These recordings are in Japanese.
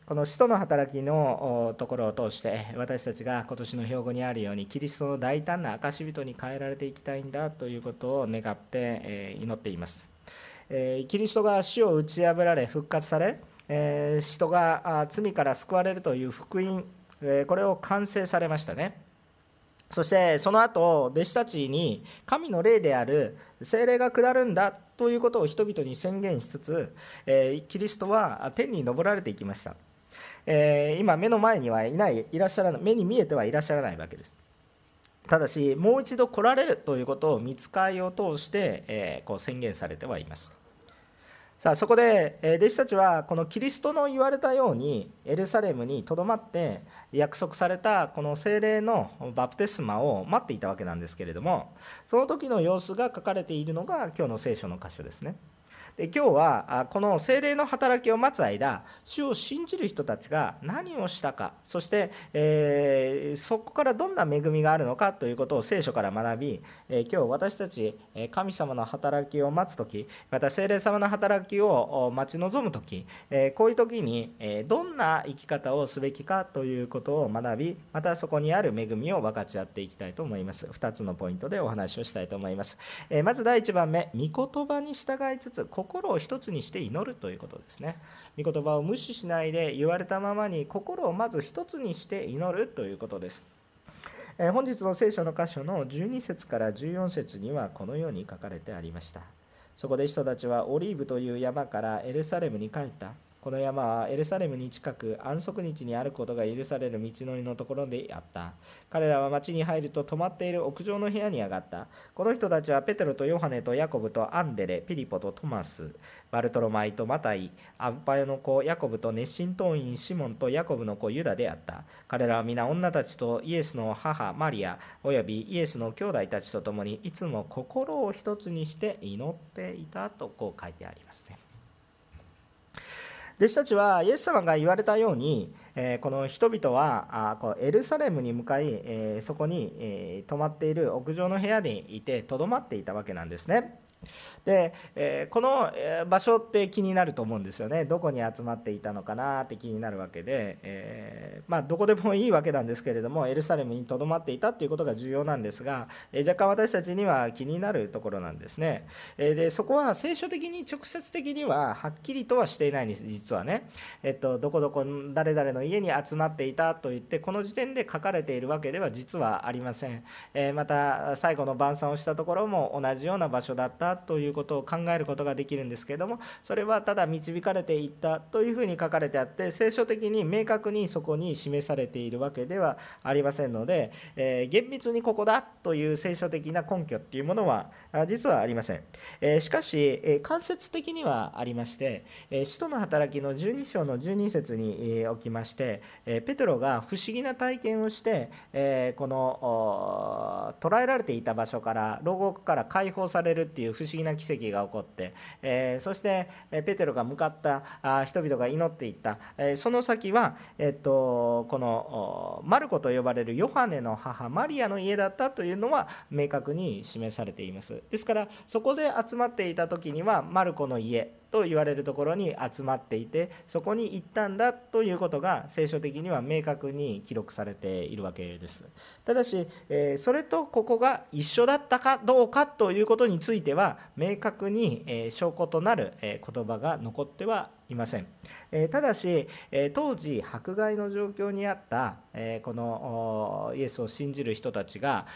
この使徒の働きのところを通して私たちが今年の標語にあるようにキリストの大胆な証人に変えられていきたいんだということを願って祈っています。キリストが死を打ち破られ復活され、人が罪から救われるという福音、これを完成されましたね。そしてその後弟子たちに神の霊である聖霊が下るんだということを人々に宣言しつつ、キリストは天に昇られていきました。今目の前にはいらっしゃらない、目に見えてはいらっしゃらないわけです。ただしもう一度来られるということを御使いを通して、こう宣言されてはいます。さあそこで弟子たちはこのキリストの言われたようにエルサレムにとどまって約束されたこの聖霊のバプテスマを待っていたわけなんですけれども、その時の様子が書かれているのが今日の聖書の箇所ですね。で今日はこの聖霊の働きを待つ間、主を信じる人たちが何をしたか、そして、そこからどんな恵みがあるのかということを聖書から学び、今日私たち神様の働きを待つとき、また聖霊様の働きを待ち望むとき、こういうときにどんな生き方をすべきかということを学び、またそこにある恵みを分かち合っていきたいと思います。2つのポイントでお話をしたいと思います。まず第1番目、御言葉に従いつつ心を一つにして祈るということですね。御言葉を無視しないで言われたままに心をまず一つにして祈るということです。本日の聖書の箇所の12節から14節にはこのように書かれてありました。そこで人たちはオリーブという山からエルサレムに帰った。この山はエルサレムに近く安息日にあることが許される道のりのところであった。彼らは町に入ると泊まっている屋上の部屋に上がった。この人たちはペテロとヨハネとヤコブとアンデレ、ピリポとトマス、バルトロマイとマタイ、アルパヨの子ヤコブと熱心党員シモンとヤコブの子ユダであった。彼らは皆女たちとイエスの母マリアおよびイエスの兄弟たちと共にいつも心を一つにして祈っていたとこう書いてありますね。弟子たちはイエス様が言われたように、この人々はエルサレムに向かい、そこに泊まっている屋上の部屋にいてとどまっていたわけなんですね。で、この場所って気になると思うんですよね。どこに集まっていたのかなって気になるわけで、どこでもいいわけなんですけれども、エルサレムにとどまっていたっていうことが重要なんですが、若干私たちには気になるところなんですね。でそこは聖書的に直接的にははっきりとはしていないんです。実はね、どこどこ誰々の家に集まっていたと言ってこの時点で書かれているわけでは実はありません。また最後の晩餐をしたところも同じような場所だったということを考えることができるんですけれども、それはただ導かれていったというふうに書かれてあって、聖書的に明確にそこに示されているわけではありませんので、厳密にここだという聖書的な根拠っていうものは実はありません。しかし間接的にはありまして、使徒の働きの12章の12節におきまして、ペテロが不思議な体験をして、この捕らえられていた場所から牢獄から解放されるっていう不思議な奇跡が起こって、そしてペテロが向かった人々が祈っていった、その先は、このマルコと呼ばれるヨハネの母マリアの家だったというのは明確に示されています。ですからそこで集まっていた時にはマルコの家と言われるところに集まっていて、そこに行ったんだということが聖書的には明確に記録されているわけです。ただしそれとここが一緒だったかどうかということについては明確に証拠となる言葉が残ってはいません。ただし当時迫害の状況にあったこのイエスを信じる人たちが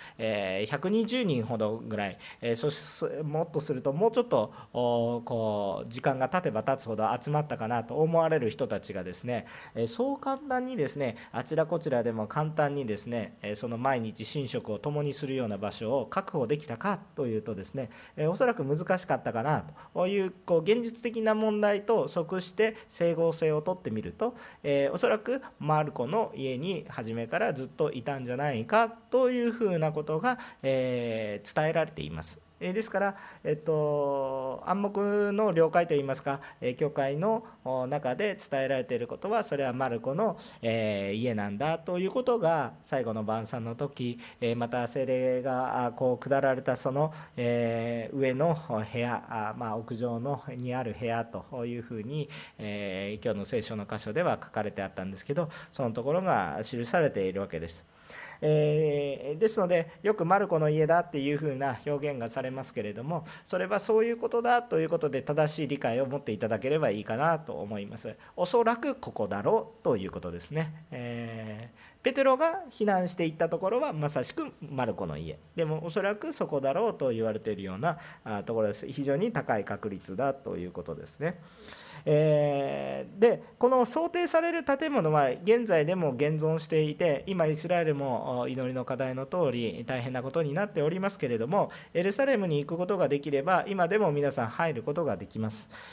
120人ほどぐらい、もっとするともうちょっとこう時間が経てば経つほど集まったかなと思われる人たちがですね、そう簡単にですねあちらこちらでも簡単にですねその毎日寝食を共にするような場所を確保できたかというとですね、おそらく難しかったかなという現実的な問題と即して整合性をとってみると、おそらくマルコの家に初めからずっといたんじゃないかというふうなことが、伝えられています。 ですから、暗黙の了解といいますか、教会の中で伝えられていることは、それはマルコの家なんだということが、最後の晩餐の時、また聖霊がこう下られたその上の部屋、屋上にある部屋というふうに、今日の聖書の箇所では書かれてあったんですけど、そのところが記されているわけです。ですので、よくマルコの家だっていうふうな表現がされますけれども、それはそういうことだということで正しい理解を持っていただければいいかなと思います。おそらくここだろうということですね。ペテロが避難していったところはまさしくマルコの家でも、おそらくそこだろうと言われているようなところです。非常に高い確率だということですね。でこの想定される建物は現在でも現存していて、今イスラエルも祈りの課題の通り大変なことになっておりますけれども、エルサレムに行くことができれば今でも皆さん入ることができます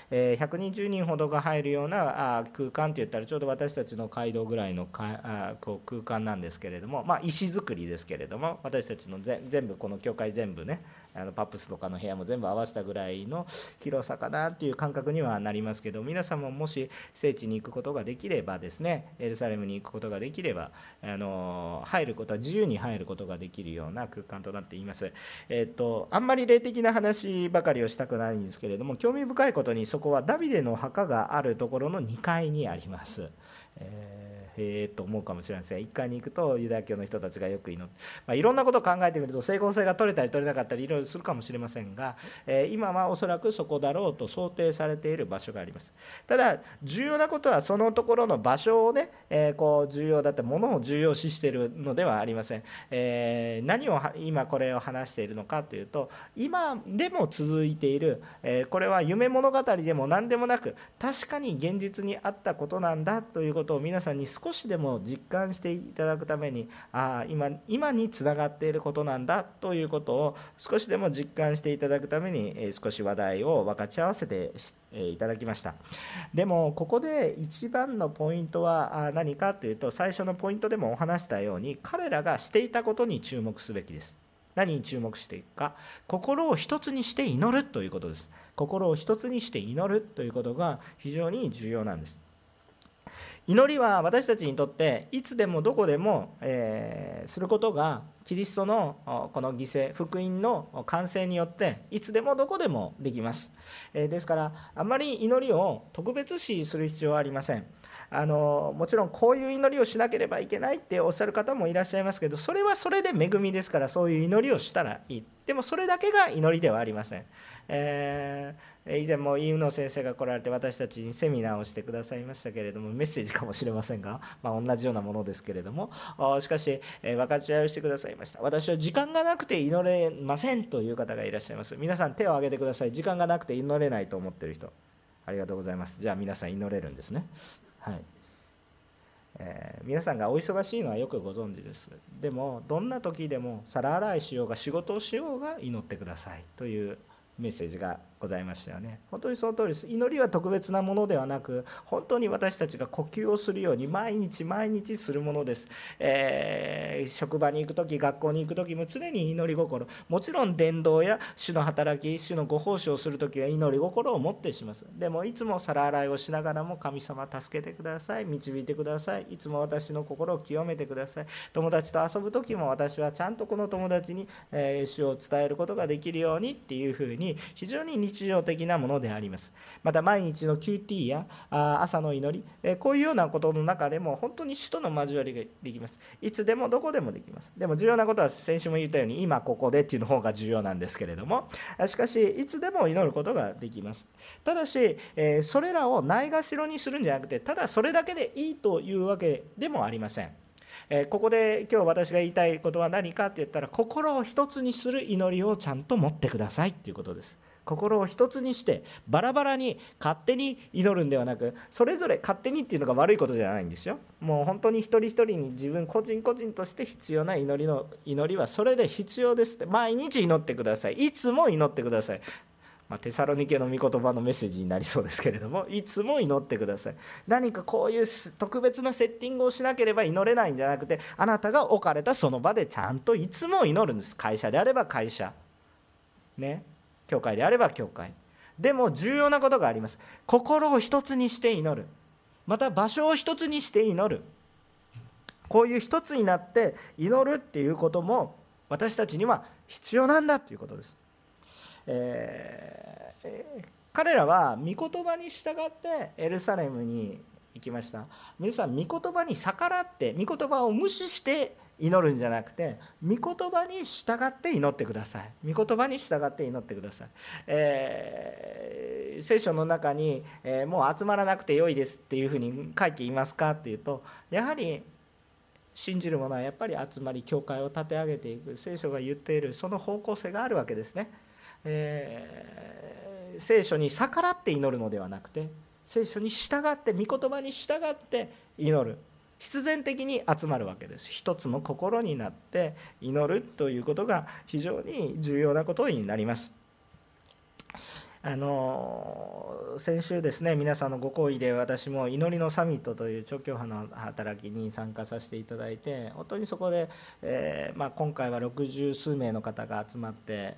。120人ほどが入るような空間といったらちょうど私たちの街道ぐらいのこう空間なんですけれども、石造りですけれども、私たちの全部この教会全部ね、パップスとかの部屋も全部合わせたぐらいの広さかなっていう感覚にはなりますけど、皆さんももし聖地に行くことができればですね、エルサレムに行くことができれば入ることは自由に入ることができるような空間となっています。あんまり霊的な話ばかりをしたくないんですけれども、興味深いことにそこはダビデの墓があるところの2階にあります。と思うかもしれません。1階に行くとユダヤ教の人たちがよく祈って、いろんなことを考えてみると整合性が取れたり取れなかったりいろいろするかもしれませんが、今はおそらくそこだろうと想定されている場所があります。ただ重要なことはそのところの場所をね、こう重要だってものを重要視しているのではありません。何を今これを話しているのかというと、今でも続いている、これは夢物語でも何でもなく確かに現実にあったことなんだということを皆さんに少しでも実感していただくために、今につながっていることなんだということを少しでも実感していただくために少し話題を分かち合わせていただきました。でもここで一番のポイントは何かというと、最初のポイントでもお話したように彼らがしていたことに注目すべきです。何に注目していくか、心を一つにして祈るということです。心を一つにして祈るということが非常に重要なんです。祈りは私たちにとっていつでもどこでも、することがキリストのこの犠牲福音の完成によっていつでもどこでもできます。ですからあまり祈りを特別視する必要はありません。もちろんこういう祈りをしなければいけないっておっしゃる方もいらっしゃいますけど、それはそれで恵みですから、そういう祈りをしたらいい。でもそれだけが祈りではありません。以前も飯野先生が来られて私たちにセミナーをしてくださいましたけれども、メッセージかもしれませんが、同じようなものですけれども、しかし分かち合いをしてくださいました。私は時間がなくて祈れませんという方がいらっしゃいます。皆さん手を挙げてください。時間がなくて祈れないと思っている人。ありがとうございます。じゃあ皆さん祈れるんですね。はい。皆さんがお忙しいのはよくご存知です。でもどんな時でも皿洗いしようが仕事をしようが祈ってくださいというメッセージがございましたよね。本当にその通りです。祈りは特別なものではなく、本当に私たちが呼吸をするように毎日毎日するものです。職場に行くとき、学校に行くときも常に祈り心、もちろん伝道や主の働き、主のご奉仕をするときは祈り心を持ってします。でもいつも皿洗いをしながらも、神様助けてください、導いてください、いつも私の心を清めてください。友達と遊ぶときも私はちゃんとこの友達に主を伝えることができるようにっていうふうに、非常に日常的なものであります。また毎日の QT や朝の祈り、こういうようなことの中でも本当に主との交わりができます。いつでもどこでもできます。でも重要なことは先週も言ったように今ここでっていうの方が重要なんですけれども、しかしいつでも祈ることができます。ただしそれらをないがしろにするんじゃなくて、ただそれだけでいいというわけでもありません。ここで今日私が言いたいことは何かって言ったら、心を一つにする祈りをちゃんと持ってくださいっていうことです。心を一つにしてバラバラに勝手に祈るんではなく、それぞれ勝手にっていうのが悪いことじゃないんですよ。もう本当に一人一人に自分個人個人として必要な祈りはそれで必要ですって。毎日祈ってください。いつも祈ってください。テサロニケの御言葉のメッセージになりそうですけれども、いつも祈ってください。何かこういう特別なセッティングをしなければ祈れないんじゃなくて、あなたが置かれたその場でちゃんといつも祈るんです。会社であれば会社、 ね、教会であれば教会でも重要なことがあります。心を一つにして祈る、また場所を一つにして祈る、こういう一つになって祈るっていうことも私たちには必要なんだということです。彼らは御言葉に従ってエルサレムに行きました。皆さん、御言葉に逆らって御言葉を無視して祈るんじゃなくて、御言葉に従って祈ってください。御言葉に従って祈ってください。聖書の中に、もう集まらなくてよいですっていうふうに書いていますかっていうと、やはり信じる者はやっぱり集まり教会を立て上げていく、聖書が言っているその方向性があるわけですね。聖書に逆らって祈るのではなくて、聖書に従って、御言葉に従って祈る、必然的に集まるわけです。一つの心になって祈るということが非常に重要なことになります。先週ですね、皆さんのご厚意で私も祈りのサミットという長距離の働きに参加させていただいて、本当にそこで、今回は60数名の方が集まって、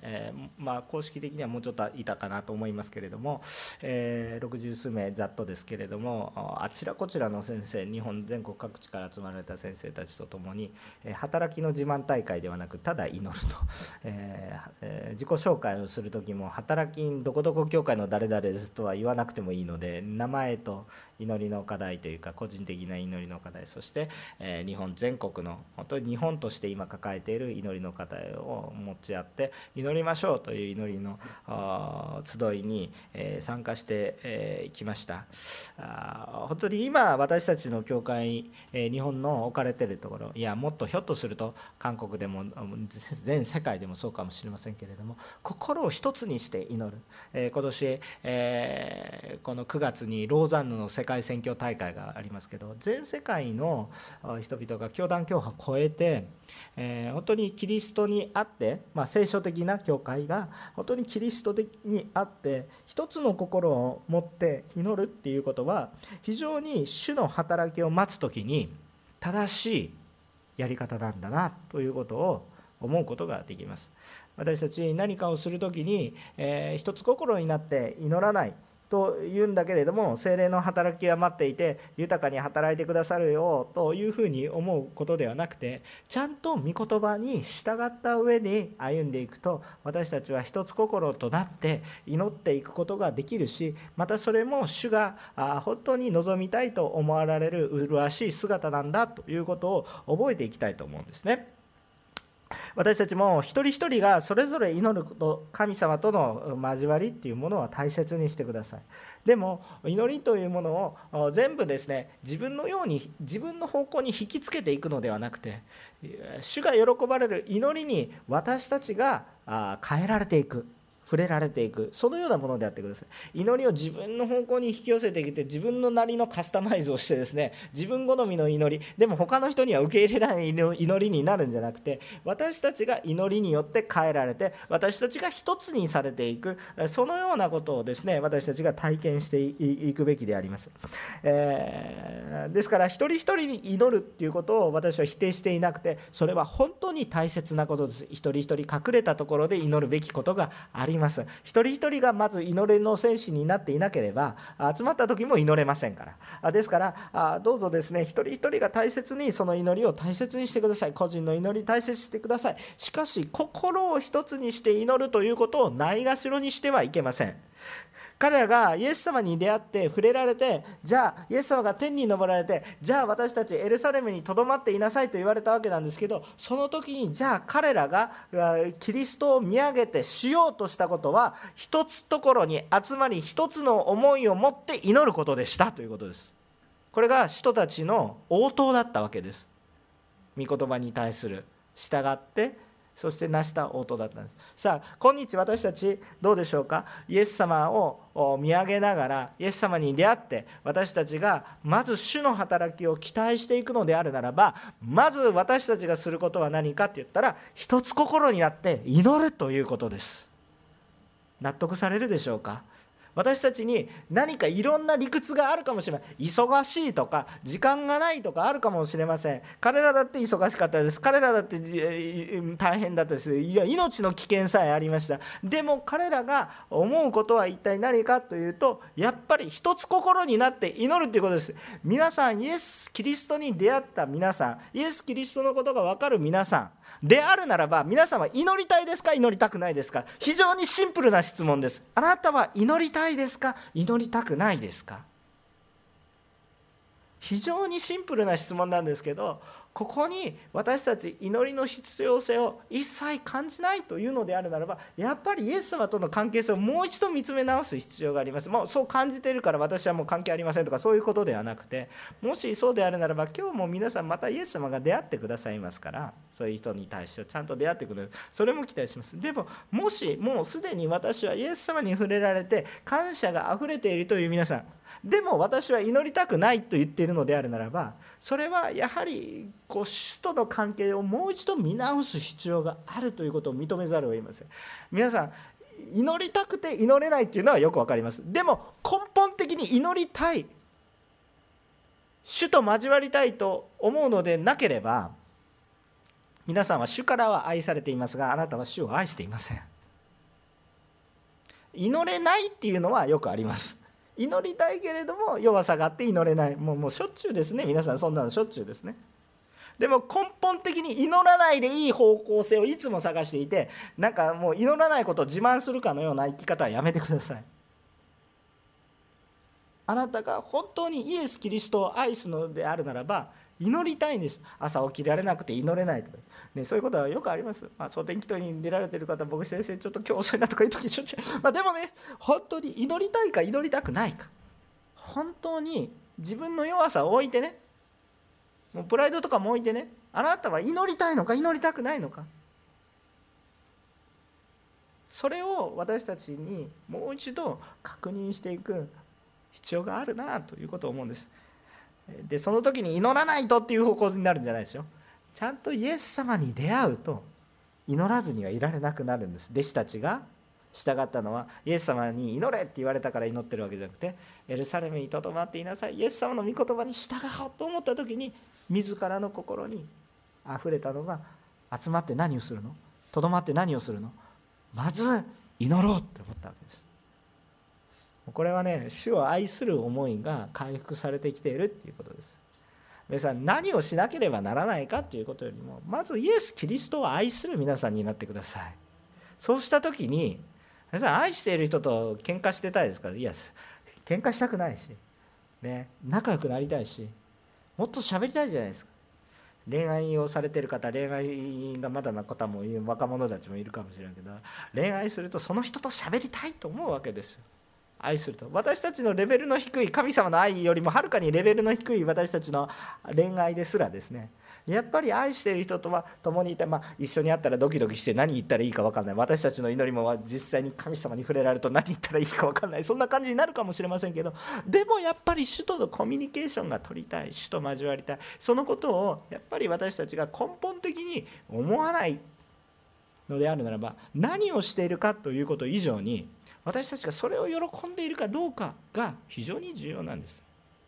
公式的にはもうちょっといたかなと思いますけれども、60数名ざっとですけれども、あちらこちらの先生、日本全国各地から集まられた先生たちとともに、働きの自慢大会ではなくただ祈ると、自己紹介をする時も働きどこどこ教会の誰々ですとは言わなくてもいいので、名前と祈りの課題というか個人的な祈りの課題、そして、日本全国の本当に日本として今抱えている祈りの課題を持ち合って祈りましょうという祈りの集いに参加してきました。本当に今私たちの教会、日本の置かれているところ、いやもっとひょっとすると韓国でも全世界でもそうかもしれませんけれども、心を一つにして祈る。今年、この9月にローザンヌの世界宣教大会がありますけど、全世界の人々が教団教派を超えて、本当にキリストにあって、聖書的な教会が本当にキリストにあって一つの心を持って祈るっていうことは、非常に主の働きを待つ時に正しいやり方なんだなということを思うことができます。私たち何かをするときに、一つ心になって祈らないというんだけれども、聖霊の働きが待っていて豊かに働いてくださるよというふうに思うことではなくて、ちゃんと御言葉に従った上に歩んでいくと、私たちは一つ心となって祈っていくことができるし、またそれも主が本当に望みたいと思われる麗しい姿なんだということを覚えていきたいと思うんですね。私たちも一人一人がそれぞれ祈ること、神様との交わりっていうものは大切にしてください。でも祈りというものを全部ですね、自分のように自分の方向に引きつけていくのではなくて、主が喜ばれる祈りに私たちが変えられていく、触れられていく、そのようなものであってください。祈りを自分の方向に引き寄せてきて、自分のなりのカスタマイズをしてですね、自分好みの祈りでも他の人には受け入れられない祈りになるんじゃなくて、私たちが祈りによって変えられて、私たちが一つにされていく、そのようなことをですね、私たちが体験していくべきであります。ですから一人一人に祈るっていうことを私は否定していなくて、それは本当に大切なことです。一人一人隠れたところで祈るべきことがあります。一人一人がまず祈りの戦士になっていなければ集まった時も祈れませんから。ですからどうぞですね、一人一人が大切にその祈りを大切にしてください。個人の祈り大切にしてください。しかし心を一つにして祈るということをないがしろにしてはいけません。彼らがイエス様に出会って触れられて、じゃあイエス様が天に昇られて、じゃあ私たちエルサレムにとどまっていなさいと言われたわけなんですけど、その時にじゃあ彼らがキリストを見上げてしようとしたことは、一つところに集まり一つの思いを持って祈ることでしたということです。これが使徒たちの応答だったわけです。御言葉に対する従ってそして成した応答だったんです。さあ今日私たちどうでしょうか。イエス様を見上げながらイエス様に出会って、私たちがまず主の働きを期待していくのであるならば、まず私たちがすることは何かって言ったら、一つ心になって祈るということです。納得されるでしょうか。 私たちに何かいろんな理屈があるかもしれない。忙しいとか時間がないとかあるかもしれません。彼らだって忙しかったです。彼らだって大変だったです。いや、命の危険さえありました。でも彼らが思うことは一体何かというと、やっぱり一つ心になって祈るということです。皆さん、イエス・キリストに出会った皆さん、イエス・キリストのことが分かる皆さんであるならば、皆さんは祈りたいですか、祈りたくないですか。非常にシンプルな質問です。あなたは祈りたいですか、祈りたくないですか。非常にシンプルな質問なんですけど、ここに私たち祈りの必要性を一切感じないというのであるならば、やっぱりイエス様との関係性をもう一度見つめ直す必要があります。もうそう感じているから私はもう関係ありませんとか、そういうことではなくて、もしそうであるならば、今日も皆さんまたイエス様が出会ってくださいますから、そういう人に対してちゃんと出会ってくれる、それも期待します。でももしもうすでに私はイエス様に触れられて感謝があふれているという皆さんでも、私は祈りたくないと言っているのであるならば、それはやはり主との関係をもう一度見直す必要があるということを認めざるを得ません。皆さん、祈りたくて祈れないっていうのはよく分かります。でも根本的に祈りたい、主と交わりたいと思うのでなければ、皆さんは主からは愛されていますが、あなたは主を愛していません。祈れないっていうのはよくあります。祈りたいけれども弱さがあって祈れない、もうしょっちゅうですね。皆さんそんなのしょっちゅうですね。でも根本的に祈らないでいい方向性をいつも探していて、なんかもう祈らないことを自慢するかのような生き方はやめてください。あなたが本当にイエス・キリストを愛すのであるならば、祈りたいんです。朝起きられなくて祈れないとか、ね、そういうことはよくあります。総天気党に出られている方、僕先生ちょっと今日遅いなとかいう時しょっちゅう、でもね、本当に祈りたいか祈りたくないか、本当に自分の弱さを置いてね、もうプライドとかも置いてね、あなたは祈りたいのか祈りたくないのか、それを私たちにもう一度確認していく必要があるなということを思うんです。でその時に祈らないとっていう方向になるんじゃないですよ。ちゃんとイエス様に出会うと祈らずにはいられなくなるんです。弟子たちが従ったのはイエス様に祈れって言われたから祈ってるわけじゃなくて、エルサレムにとどまっていなさい、イエス様の御言葉に従おうと思った時に、自らの心にあふれたのが、集まって何をするの、とどまって何をするの、まず祈ろうって思ったわけです。これはね、主を愛する思いが回復されてきているっていうことです。皆さん、何をしなければならないかということよりも、まずイエス・キリストを愛する皆さんになってください。そうした時に、皆さん、愛している人と喧嘩してたいですか。いや、喧嘩したくないし、ね、仲良くなりたいし、もっと喋りたいじゃないですか。恋愛をされている方、恋愛がまだな方もいる、若者たちもいるかもしれないけど、恋愛するとその人と喋りたいと思うわけですよ。愛すると、私たちのレベルの低い神様の愛よりもはるかにレベルの低い私たちの恋愛ですらですね、やっぱり愛している人とは共にいて、一緒に会ったらドキドキして何言ったらいいか分からない、私たちの祈りも実際に神様に触れられると何言ったらいいか分からない、そんな感じになるかもしれませんけど、でもやっぱり主とのコミュニケーションが取りたい、主と交わりたい、そのことをやっぱり私たちが根本的に思わないのであるならば、何をしているかということ以上に、私たちがそれを喜んでいるかどうかが非常に重要なんです。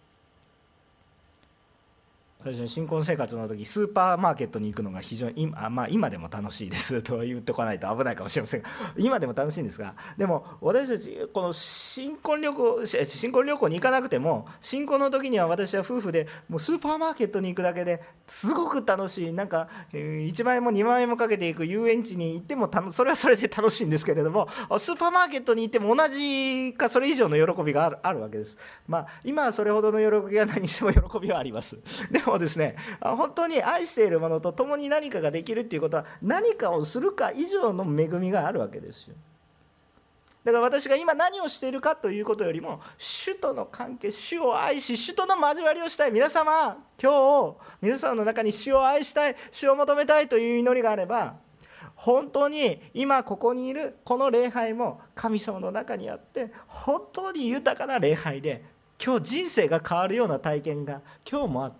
私の新婚生活の時、スーパーマーケットに行くのが非常に今でも楽しいですと言っておかないと危ないかもしれませんが、今でも楽しいんですが、でも私たちこの新婚旅行に行かなくても、新婚の時には私は夫婦でもうスーパーマーケットに行くだけですごく楽しい、なんか1万円も2万円もかけていく遊園地に行ってもそれはそれで楽しいんですけれども、スーパーマーケットに行っても同じかそれ以上の喜びがあるわけです。今はそれほどの喜びがないにしても喜びはあります。でもですね、本当に愛しているものと共に何かができるっていうことは、何かをするか以上の恵みがあるわけですよ。だから私が今何をしているかということよりも、主との関係、主を愛し主との交わりをしたい皆様、今日皆様の中に主を愛したい、主を求めたいという祈りがあれば、本当に今ここにいるこの礼拝も神様の中にあって、本当に豊かな礼拝で、今日人生が変わるような体験が今日もあって、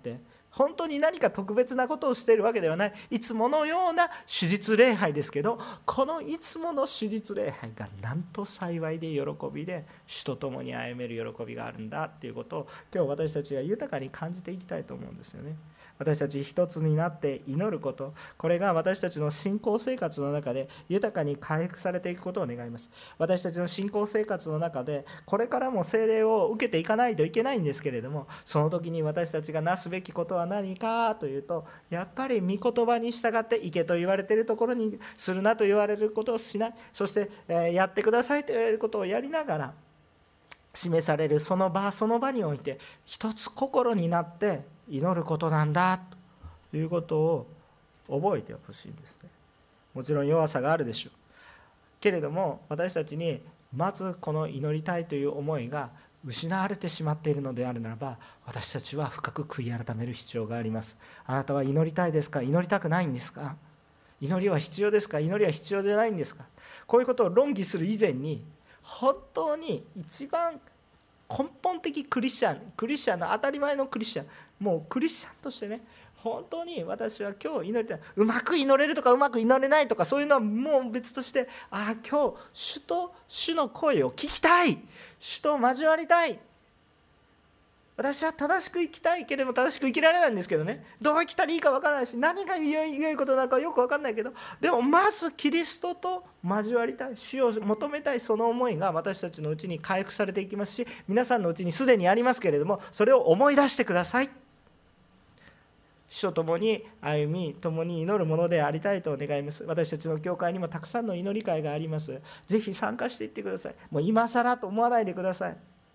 本当に何か特別なことをしているわけではない、いつものような手術礼拝ですけど、このいつもの手術礼拝がなんと幸いで喜びで、主と共に歩める喜びがあるんだということを今日私たちが豊かに感じていきたいと思うんですよね。私たち一つになって祈ること、これが私たちの信仰生活の中で豊かに回復されていくことを願います。私たちの信仰生活の中でこれからも聖霊を受けていかないといけないんですけれども、その時に私たちがなすべきことは何かというと、やっぱり御言葉に従って行けと言われているところにするなと言われることをしない、そしてやってくださいと言われることをやりながら、示されるその場その場において一つ心になって祈ることなんだということを覚えてほしいんですね。もちろん弱さがあるでしょうけれども、私たちにまずこの祈りたいという思いが失われてしまっているのであるならば、私たちは深く悔い改める必要があります。あなたは祈りたいですか？祈りたくないんですか？祈りは必要ですか？祈りは必要じゃないんですか？こういうことを論議する以前に、本当に一番根本的クリスチャンの当たり前のクリスチャン、もうクリスチャンとしてね、本当に私は今日祈りたい、うまく祈れるとかうまく祈れないとかそういうのはもう別として、今日主の声を聞きたい、主と交わりたい、私は正しく生きたいけれども正しく生きられないんですけどね、どう生きたらいいか分からないし、何が良いことなのかよく分からないけど、でもまずキリストと交わりたい、主を求めたい、その思いが私たちのうちに回復されていきますし、皆さんのうちにすでにありますけれども、それを思い出してください。主と共に歩み、共に祈るものでありたいと願います。私たちの教会にもたくさんの祈り会があります。ぜひ参加していってください。もう今更と思わないでください。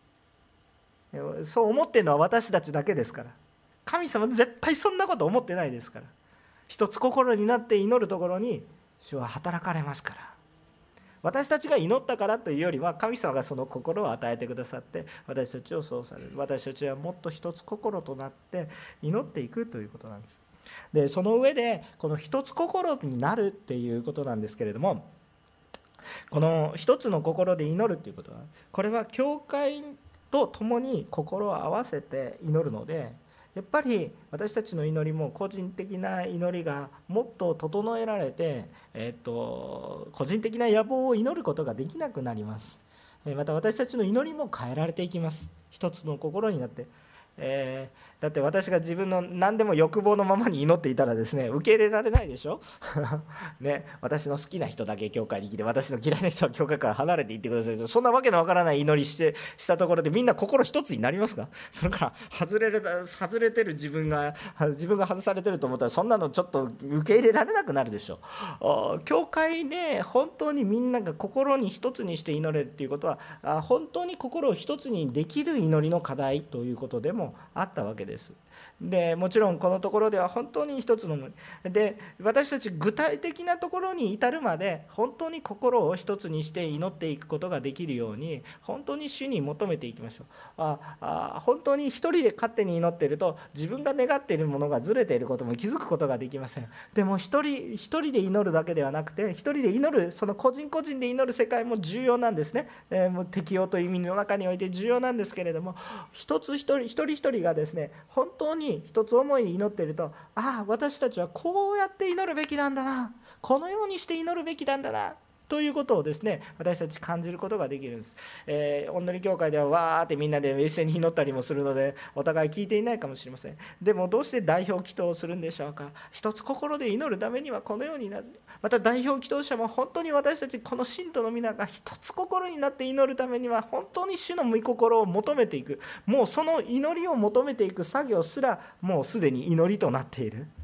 そう思っているのは私たちだけですから、神様絶対そんなこと思ってないですから、一つ心になって祈るところに主は働かれますから、私たちが祈ったからというよりは、神様がその心を与えてくださって私たちをそうされる。私たちはもっと一つ心となって祈っていくということなんです。でその上でこの一つ心になるっていうことなんですけれども、この一つの心で祈るということは、これは教会と共に心を合わせて祈るので、やっぱり私たちの祈りも個人的な祈りがもっと整えられて、個人的な野望を祈ることができなくなります。また私たちの祈りも変えられていきます。一つの心になって、だって私が自分の何でも欲望のままに祈っていたらですね、受け入れられないでしょね、私の好きな人だけ教会に来て、私の嫌いな人は教会から離れていってください。そんなわけのわからない祈りしたところでみんな心一つになりますか？それから外れてる自分が外されてると思ったら、そんなのちょっと受け入れられなくなるでしょ。教会で本当にみんなが心に一つにして祈れるっていうことは、本当に心を一つにできる祈りの課題ということでもあったわけです。でもちろんこのところでは本当に一つのもので、私たち具体的なところに至るまで本当に心を一つにして祈っていくことができるように、本当に主に求めていきましょう。本当に一人で勝手に祈っていると、自分が願っているものがずれていることも気づくことができません。でも一人で祈るだけではなくて、一人で祈る、その個人個人で祈る世界も重要なんですね。もう適応という意味の中において重要なんですけれども、一人一人がですね、本当に一つ思いに祈っていると、私たちはこうやって祈るべきなんだな、このようにして祈るべきなんだなということをですね、私たち感じることができるんです。おんのり教会ではわーってみんなで一斉に祈ったりもするので、お互い聞いていないかもしれません。でもどうして代表祈祷をするんでしょうか。一つ心で祈るためにはこのようになる。また代表祈祷者も本当に私たちこの信徒の皆が一つ心になって祈るためには、本当に主の御心を求めていく、もうその祈りを求めていく作業すらもうすでに祈りとなっている。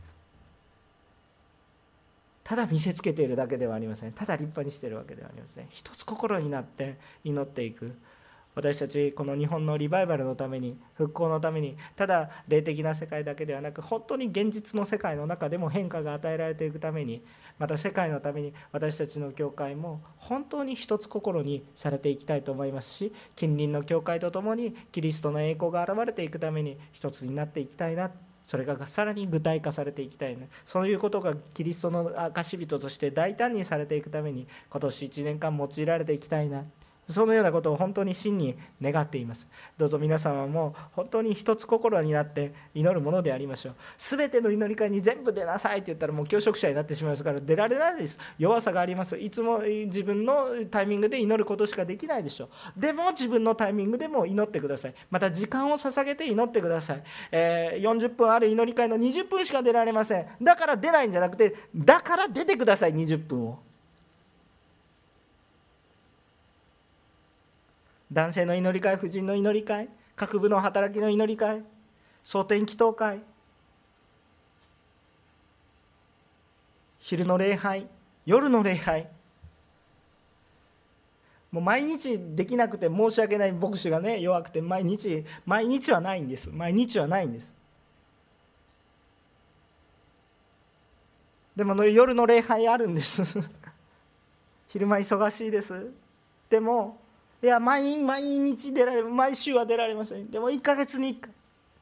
ただ見せつけているだけではありません。ただ立派にしているわけではありません。一つ心になって祈っていく。私たちこの日本のリバイバルのために、復興のために、ただ霊的な世界だけではなく、本当に現実の世界の中でも変化が与えられていくために、また世界のために、私たちの教会も本当に一つ心にされていきたいと思いますし、近隣の教会とともにキリストの栄光が現れていくために一つになっていきたいな、それがさらに具体化されていきたいな、そういうことがキリストの証人として大胆にされていくために、今年1年間用いられていきたいな、 そのようなことを本当に真に願っています。どうぞ皆様も本当に一つ心になって祈るものでありましょう。すべての祈り会に全部出なさいって言ったらもう教職者になってしまいますから出られないです。弱さがあります。いつも自分のタイミングで祈ることしかできないでしょう。でも自分のタイミングでも祈ってください。また時間を捧げて祈ってください。40分ある祈り会の20分しか出られません。だから出ないんじゃなくて、だから出てください。20分を。男性の祈り会、婦人の祈り会、各部の働きの祈り会、蒼天祈祷会、昼の礼拝、夜の礼拝、もう毎日できなくて申し訳ない、牧師がね弱くて毎日はないんです。毎日はないんです。でも夜の礼拝あるんです昼間忙しいです。でもいや毎日出られる、毎週は出られません。でも1ヶ月に1回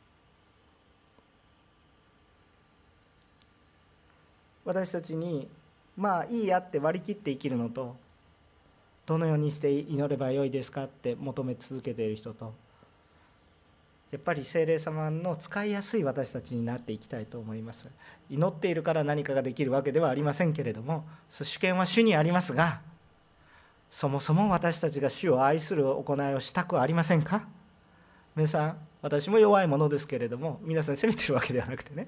私たちにまあいいやって割り切って生きるのと、どのようにして祈ればよいですかって求め続けている人と、やっぱり聖霊様の使いやすい私たちになっていきたいと思います。祈っているから何かができるわけではありませんけれども、主権は主にありますが、そもそも私たちが主を愛する行いをしたくありませんか。皆さん、私も弱いものですけれども、皆さん責めてるわけではなくてね、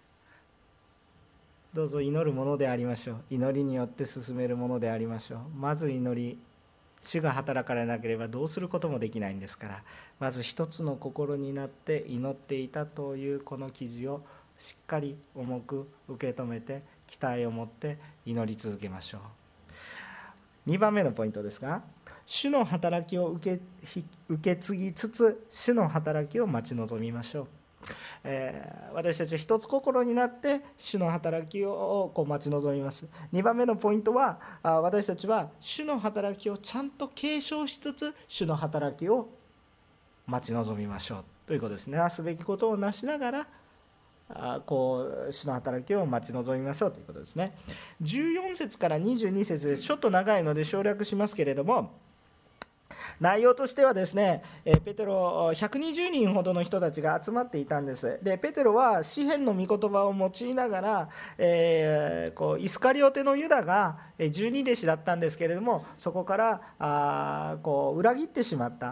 どうぞ祈るものでありましょう。祈りによって進めるものでありましょう。まず祈り、主が働かれなければどうすることもできないんですから、まず一つの心になって祈っていたというこの記事をしっかり重く受け止めて、期待を持って祈り続けましょう。2番目のポイントですが、主の働きを受け継ぎつつ主の働きを待ち望みましょう。私たちは一つ心になって主の働きを待ち望みます。2番目のポイントは、私たちは主の働きをちゃんと継承しつつ主の働きを待ち望みましょうということですね。なすべきことをなしながら主の働きを待ち望みましょうということですね。14節から22節です。ちょっと長いので省略しますけれども、内容としてはですね、ペテロ120人ほどの人たちが集まっていたんです。でペテロは詩篇の御言葉を用いながら、イスカリオテのユダが十二弟子だったんですけれども、そこから裏切ってしまった、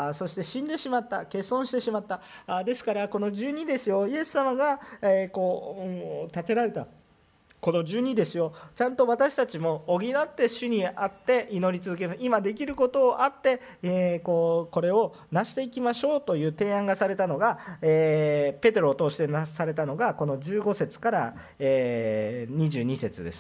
そして死んでしまった、欠損してしまった。ですからこの十二弟子をイエス様が立てられたこの十二弟子をちゃんと私たちも補って主にあって祈り続ける、今できることをあって、これを成していきましょうという提案がされたのが、ペテロを通してなされたのがこの15節から、22節です。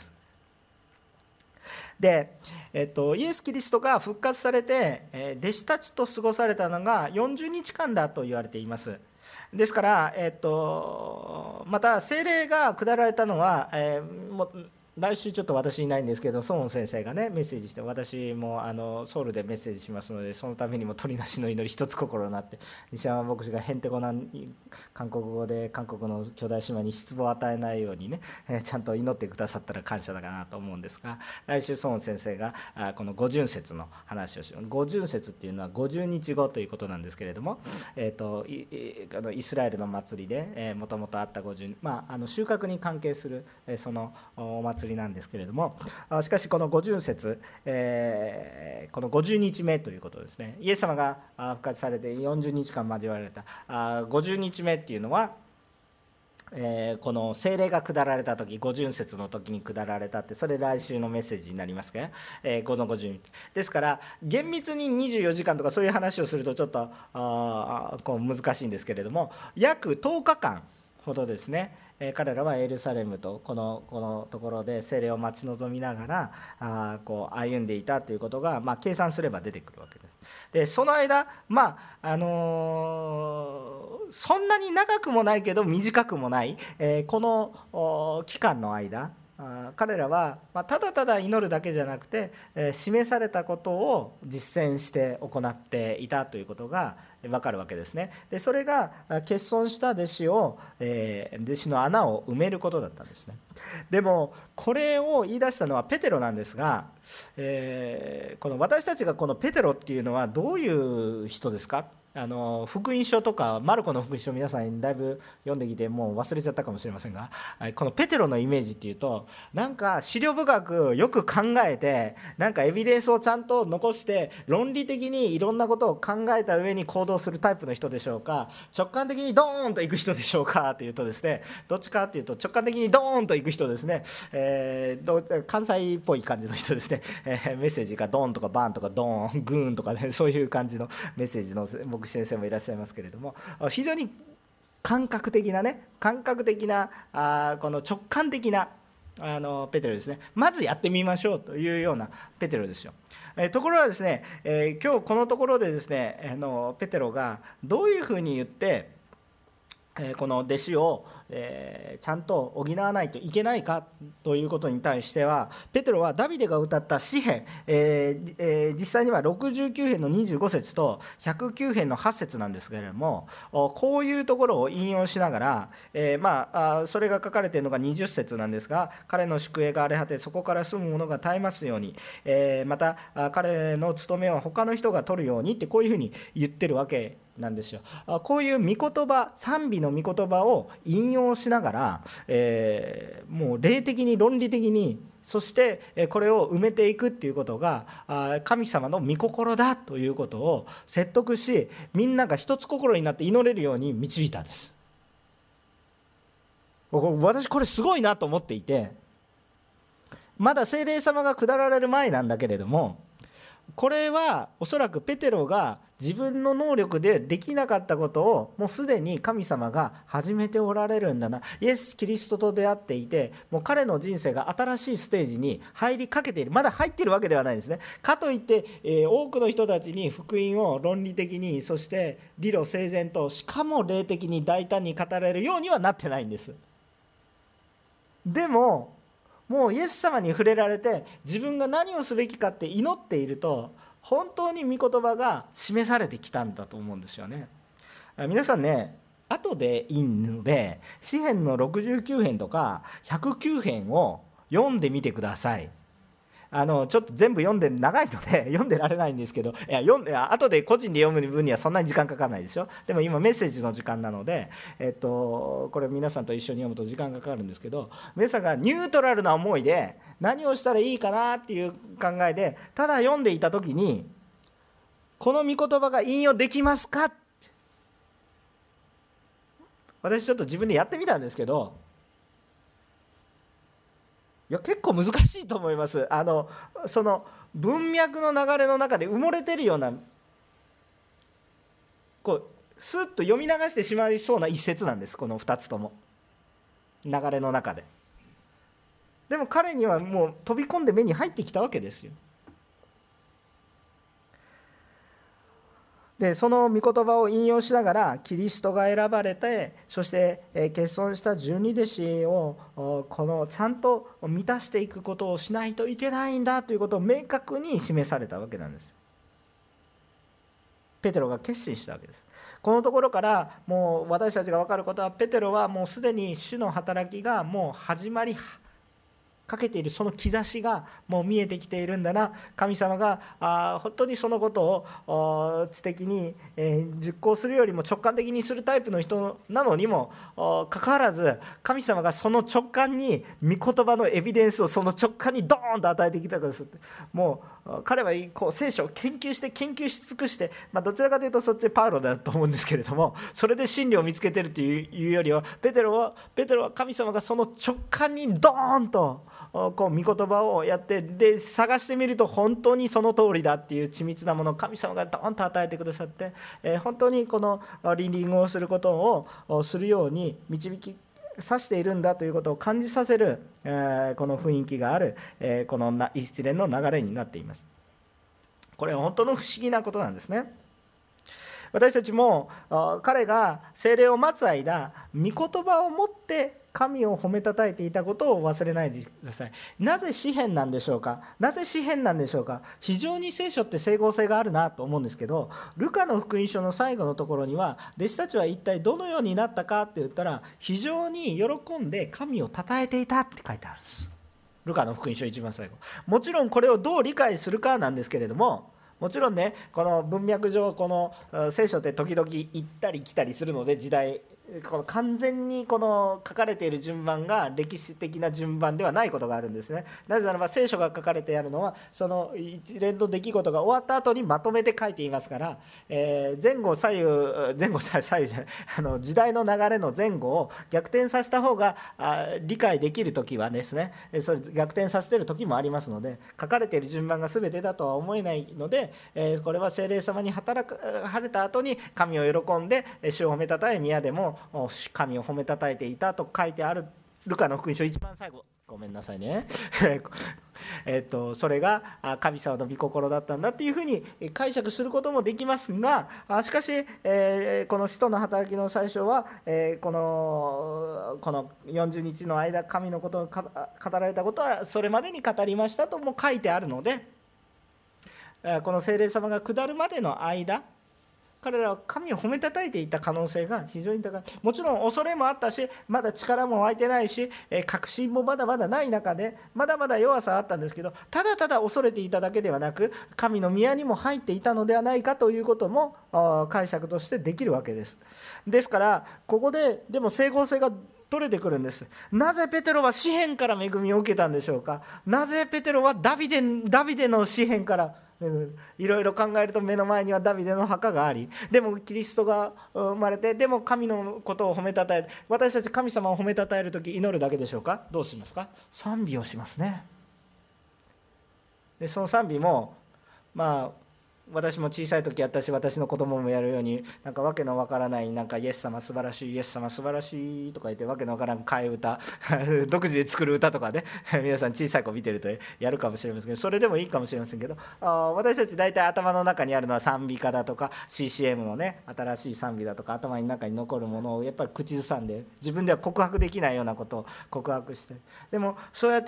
でイエス・キリストが復活されて弟子たちと過ごされたのが40日間だと言われています。ですから、また聖霊が下られたのは、来週ちょっと私いないんですけど、孫恩先生がねメッセージして、私もソウルでメッセージしますので、そのためにも鳥なしの祈り一つ心になって、西山牧師がへんてこな韓国語で韓国の兄弟姉妹に失望を与えないようにね、ちゃんと祈ってくださったら感謝だかなと思うんですが、来週孫恩先生がこの五旬節の話をします。五旬節っていうのは50日後ということなんですけれども、イスラエルの祭りでもともとあった50、収穫に関係するそのお祭りなんですけれども、しかしこの五旬節、この50日目ということですね。イエス様が復活されて40日間交わられた50日目っていうのは、この聖霊が下られた時、五旬節の時に下られたって、それ来週のメッセージになりますが、5の50日ですから、厳密に24時間とかそういう話をするとちょっと難しいんですけれども、約10日間ほどですね、彼らはエルサレムとこのところで聖霊を待ち望みながら歩んでいたということが、計算すれば出てくるわけです。でその間、そんなに長くもないけど短くもない、この期間の間、彼らはただただ祈るだけじゃなくて、示されたことを実践して行っていたということが分かるわけですね。でそれが欠損した弟子を、弟子の穴を埋めることだったんですね。でもこれを言い出したのはペテロなんですが、この私たちがこのペテロっていうのはどういう人ですか。福音書とかマルコの福音書、皆さんだいぶ読んできてもう忘れちゃったかもしれませんが、このペテロのイメージっていうと、なんか思慮深くよく考えて、なんかエビデンスをちゃんと残して論理的にいろんなことを考えた上に行動するタイプの人でしょうか、直感的にドーンと行く人でしょうかというとですね、どっちかっていうと直感的にドーンと行く人ですね。関西っぽい感じの人ですね。メッセージがドーンとかバーンとかドーングーンとかね、そういう感じのメッセージの牧師先生もいらっしゃいますけれども、非常に感覚的なこの直感的なペテロですね。まずやってみましょうというようなペテロですよ。ところがですね、今日このところでですね、ペテロがどういうふうに言ってこの弟子をちゃんと補わないといけないかということに対しては、ペテロはダビデが歌った詩編、実際には69編の25節と109編の8節なんですけれども、こういうところを引用しながら、それが書かれているのが20節なんですが、彼の宿営が荒れ果てそこから住む者が絶えますように、また彼の務めは他の人が取るようにって、こういうふうに言ってるわけなんですよ。こういう御言葉、賛美の御言葉を引用しながら、もう霊的に論理的に、そしてこれを埋めていくっていうことが神様の御心だということを説得し、みんなが一つ心になって祈れるように導いたんです。私これすごいなと思っていて、まだ聖霊様が下られる前なんだけれども、これはおそらくペテロが自分の能力でできなかったことをもうすでに神様が始めておられるんだな。イエス・キリストと出会っていて、もう彼の人生が新しいステージに入りかけている、まだ入っているわけではないんですね。かといって、多くの人たちに福音を論理的に、そして理路整然と、しかも霊的に大胆に語れるようにはなってないんです。でももうイエス様に触れられて、自分が何をすべきかって祈っていると、本当に御言葉が示されてきたんだと思うんですよね。皆さんね、後でいいので詩編の69編とか109編を読んでみてください。ちょっと全部読んで長いので読んでられないんですけど、後で個人で読む分にはそんなに時間かからないでしょ。でも今メッセージの時間なので、これ皆さんと一緒に読むと時間がかかるんですけど、皆さんがニュートラルな思いで何をしたらいいかなっていう考えでただ読んでいた時に、この御言葉が引用できますか。私ちょっと自分でやってみたんですけど、いや結構難しいと思います。その文脈の流れの中で埋もれてるような、こうスッと読み流してしまいそうな一節なんです、この2つとも流れの中で。でも彼にはもう飛び込んで目に入ってきたわけですよ。でその御言葉を引用しながら、キリストが選ばれて、そして欠損した十二弟子をこのちゃんと満たしていくことをしないといけないんだということを明確に示されたわけなんです。ペテロが決心したわけです。このところからもう私たちが分かることは、ペテロはもうすでに主の働きがもう始まりかけている、その兆しがもう見えてきているんだな。神様が本当にそのことを知的に実行するよりも直感的にするタイプの人なのにもかかわらず、神様がその直感に御言葉のエビデンスをその直感にドーンと与えてきたからです。もう彼はこう聖書を研究し尽くして、どちらかというとそっちパウロだと思うんですけれども、それで真理を見つけてるというよりは、ペテロは神様がその直感にドーンとこう御言葉をやって、で探してみると本当にその通りだっていう緻密なものを神様がドーンと与えてくださって、本当にこのリーディングをすることをするように導きさしているんだということを感じさせる、この雰囲気がある、この一連の流れになっています。これは本当の不思議なことなんですね。私たちも彼が聖霊を待つ間、御言葉を持って神を褒めたたえていたことを忘れないでください。なぜ詩篇なんでしょうか。なぜ詩篇なんでしょうか。非常に聖書って整合性があるなと思うんですけど、ルカの福音書の最後のところには、弟子たちは一体どのようになったかって言ったら、非常に喜んで神をたたえていたって書いてあるんです。ルカの福音書一番最後。もちろんこれをどう理解するかなんですけれども、もちろんね、この文脈上、この聖書って時々行ったり来たりするので、時代この完全にこの書かれている順番が歴史的な順番ではないことがあるんですね。なぜならば聖書が書かれてあるのはその一連の出来事が終わった後にまとめて書いていますから、前後左右じゃない時代の流れの前後を逆転させた方が理解できる時はですね、それ逆転させている時もありますので、書かれている順番が全てだとは思えないので、これは聖霊様に働かれた後に神を喜んで主を褒めたたえ宮でも神を褒めたたえていたと書いてあるルカの福音書一番最後、ごめんなさいねそれが神様の御心だったんだっていうふうに解釈することもできますが、しかしこの使徒の働きの最初はこの40日の間神のことを語られたことはそれまでに語りましたとも書いてあるので、この聖霊様が下るまでの間、彼らは神を褒めたたえていた可能性が非常に高い。もちろん恐れもあったし、まだ力も湧いてないし、確信もまだまだない中でまだまだ弱さはあったんですけど、ただただ恐れていただけではなく、神の宮にも入っていたのではないかということも解釈としてできるわけです。ですからここででも整合性が取れてくるんです。なぜペテロは詩篇から恵みを受けたんでしょうか。なぜペテロはダビデの詩篇から、いろいろ考えると目の前にはダビデの墓があり、でもキリストが生まれて、でも神のことを褒めたたえる。私たち神様を褒めたたえるとき祈るだけでしょうか。どうしますか。賛美をしますね。でその賛美も私も小さい時やったし、私の子供もやるように、なんかわけのわからない、なんかイエス様素晴らしい、イエス様素晴らしいとか言って、わけのわからん替え歌独自で作る歌とかね皆さん小さい子見てるとやるかもしれませんけど、それでもいいかもしれませんけど、私たち大体頭の中にあるのは賛美歌だとか CCM のね新しい賛美だとか、頭の中に残るものをやっぱり口ずさんで、自分では告白できないようなことを告白して、でもそうやって、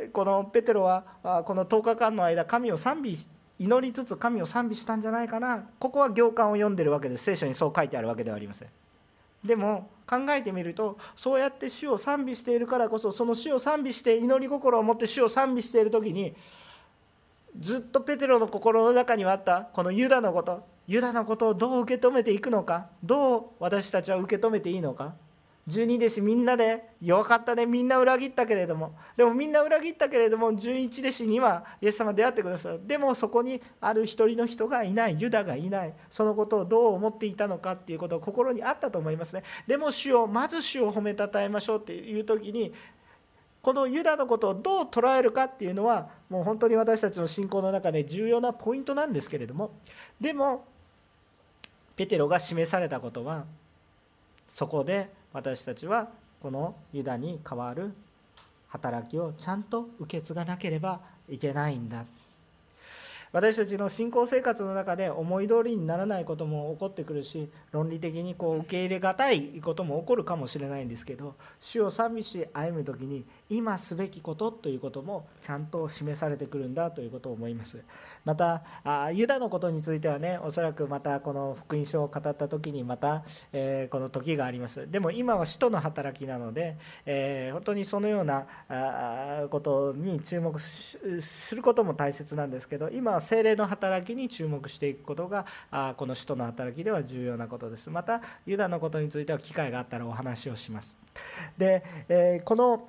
このペテロはこの10日間の間神を祈りつつ神を賛美したんじゃないかな。ここは行間を読んでるわけです。聖書にそう書いてあるわけではありません。でも考えてみると、そうやって主を賛美しているからこそ、その主を賛美して祈り心を持って主を賛美している時に、ずっとペテロの心の中にはあったこのユダのことをどう受け止めていくのか、どう私たちは受け止めていいのか。12弟子みんなで弱かったね、みんな裏切ったけれども、11弟子にはイエス様出会ってくださる。でもそこにある一人の人がいない、ユダがいない。そのことをどう思っていたのかっていうことを心にあったと思いますね。でもまず主を褒めたたえましょうっていう時に、このユダのことをどう捉えるかっていうのはもう本当に私たちの信仰の中で重要なポイントなんですけれども、でもペテロが示されたことは、そこで私たちはこのユダに代わる働きをちゃんと受け継がなければいけないんだ。私たちの信仰生活の中で思い通りにならないことも起こってくるし、論理的に受け入れがたいことも起こるかもしれないんですけど、主を賛美し歩む時に今すべきことということもちゃんと示されてくるんだということを思います。またユダのことについてはね、おそらくまたこの福音書を語った時にまた、この時があります。でも今は使徒の働きなので、本当にそのようなことに注目することも大切なんですけど、今は聖霊の働きに注目していくことがこの使徒の働きでは重要なことです。またユダのことについては機会があったらお話をします。で、この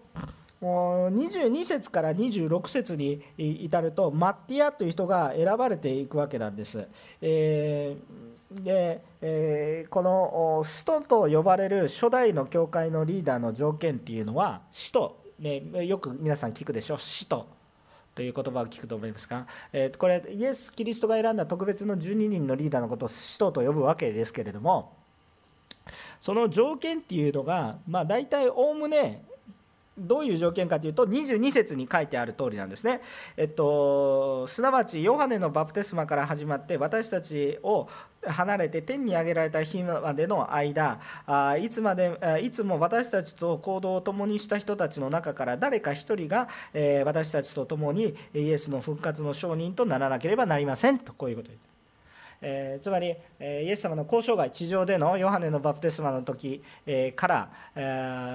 22節から26節に至るとマッティアという人が選ばれていくわけなんです。でこの使徒と呼ばれる初代の教会のリーダーの条件っていうのは、使徒、よく皆さん聞くでしょ、使徒という言葉を聞くと思いますが、これイエス・キリストが選んだ特別の12人のリーダーのことを使徒と呼ぶわけですけれども、その条件っていうのが大体おおむねどういう条件かというと、22節に書いてある通りなんですね。すなわちヨハネのバプテスマから始まって私たちを離れて天に上げられた日までの間、いつも私たちと行動を共にした人たちの中から誰か一人が私たちと共にイエスの復活の証人とならなければなりませんと、こういうことです。つまりイエス様の交渉外、地上でのヨハネのバプテスマの時から、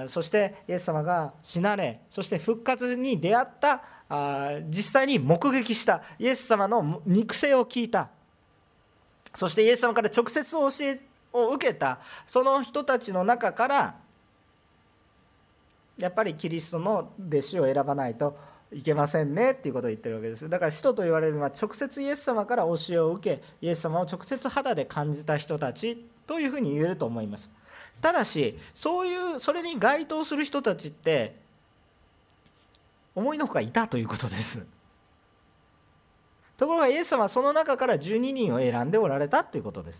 そしてイエス様が死なれ、そして復活に出会った、実際に目撃したイエス様の肉声を聞いた、そしてイエス様から直接教えを受けたその人たちの中から、やっぱりキリストの弟子を選ばないといけませんねっていうことを言ってるわけです。だから使徒と言われるのは直接イエス様から教えを受け、イエス様を直接肌で感じた人たちというふうに言えると思います。ただしそれに該当する人たちって思いのほかいたということです。ところがイエス様はその中から12人を選んでおられたということです。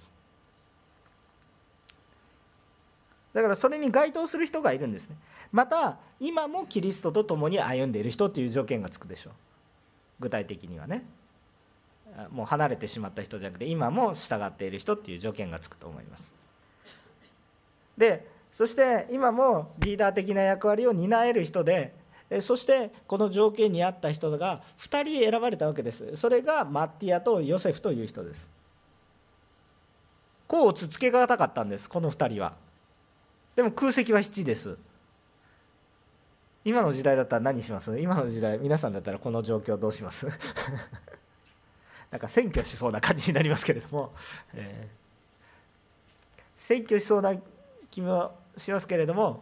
だからそれに該当する人がいるんですね。また今もキリストと共に歩んでいる人という条件がつくでしょう。具体的にはね、もう離れてしまった人じゃなくて今も従っている人っていう条件がつくと思います。でそして今もリーダー的な役割を担える人で、そしてこの条件に合った人が2人選ばれたわけです。それがマッティアとヨセフという人です。甲をつけがたかったんです、この2人は。でも空席は7です。今の時代だったら何します？今の時代皆さんだったらこの状況どうします？なんか選挙しそうな感じになりますけれども、選挙しそうな気もしますけれども、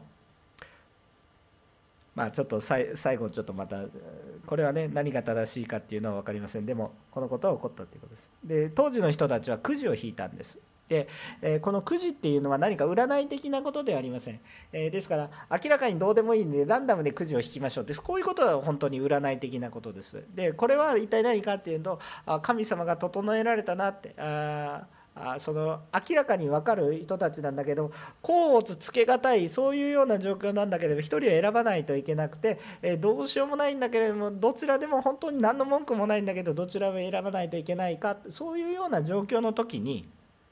ちょっと最後ちょっとまたこれはね何が正しいかっていうのは分かりません。でもこのことは起こったということです。で当時の人たちはくじを引いたんです。でこのくじっていうのは何か占い的なことではありません。ですから明らかにどうでもいいんでランダムでくじを引きましょうって、こういうことは本当に占い的なことです。でこれは一体何かっていうと、神様が整えられたなって、その明らかに分かる人たちなんだけど、甲乙つけがたいそういうような状況なんだけれど、一人を選ばないといけなくて、どうしようもないんだけれども、どちらでも本当に何の文句もないんだけどどちらを選ばないといけないか、そういうような状況の時に、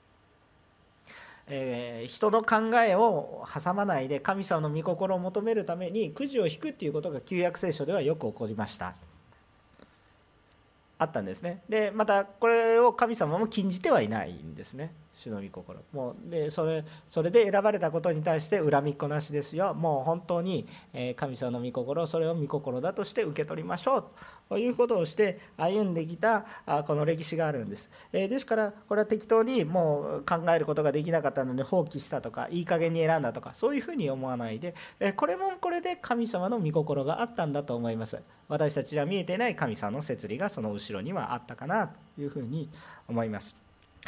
人の考えを挟まないで神様の御心を求めるためにくじを引くっていうことが旧約聖書ではよく起こりました。あったんですね。でまたこれを神様も禁じてはいないんですね、主の御心もう。でそれで選ばれたことに対して恨みっこなしですよ。もう本当に神様の御心、それを御心だとして受け取りましょうということをして歩んできたこの歴史があるんです。ですからこれは適当にもう考えることができなかったので放棄したとか、いい加減に選んだとか、そういうふうに思わないで、これもこれで神様の御心があったんだと思います。私たちが見えていない神様の摂理がその後ろにはあったかなというふうに思います。